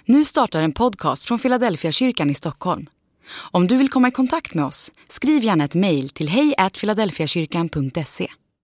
Nu startar en podcast från Philadelphia kyrkan i Stockholm. Om du vill komma i kontakt med oss, skriv gärna ett mejl till hej@philadelphiakyrkan.se.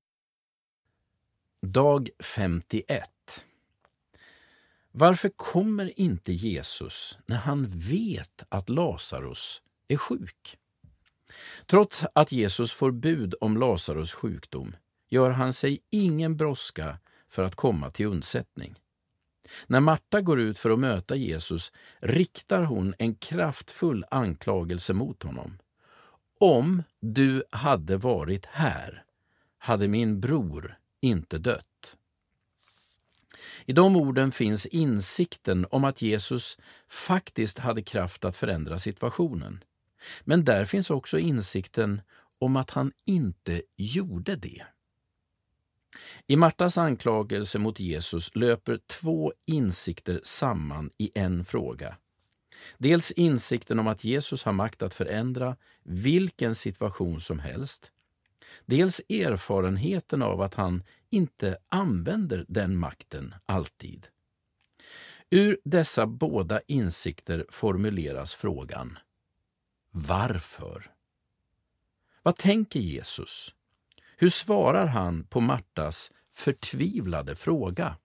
Dag 51. Varför kommer inte Jesus när han vet att Lazarus är sjuk? Trots att Jesus får bud om Lazarus sjukdom gör han sig ingen brådska för att komma till undsättning. När Marta går ut för att möta Jesus riktar hon en kraftfull anklagelse mot honom. Om du hade varit här hade min bror inte dött. I de orden finns insikten om att Jesus faktiskt hade kraft att förändra situationen. Men där finns också insikten om att han inte gjorde det. I Martas anklagelse mot Jesus löper två insikter samman i en fråga. Dels insikten om att Jesus har makt att förändra vilken situation som helst. Dels erfarenheten av att han inte använder den makten alltid. Ur dessa båda insikter formuleras frågan: varför? Vad tänker Jesus? Hur svarar han på Martas förtvivlade fråga?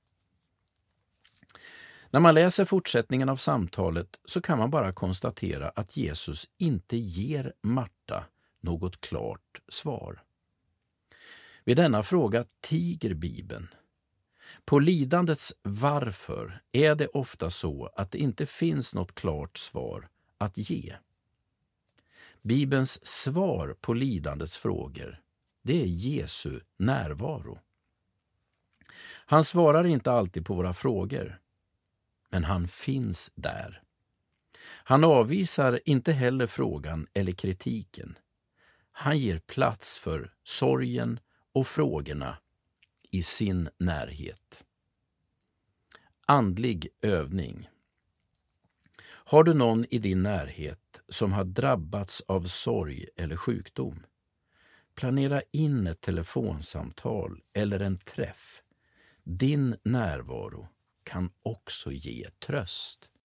När man läser fortsättningen av samtalet så kan man bara konstatera att Jesus inte ger Marta något klart svar. Vid denna fråga tiger Bibeln. På lidandets varför är det ofta så att det inte finns något klart svar att ge. Bibelns svar på lidandets frågor, det är Jesu närvaro. Han svarar inte alltid på våra frågor, men han finns där. Han avvisar inte heller frågan eller kritiken. Han ger plats för sorgen och frågorna i sin närhet. Andlig övning. Har du någon i din närhet som har drabbats av sorg eller sjukdom? Planera in ett telefonsamtal eller en träff. Din närvaro kan också ge tröst.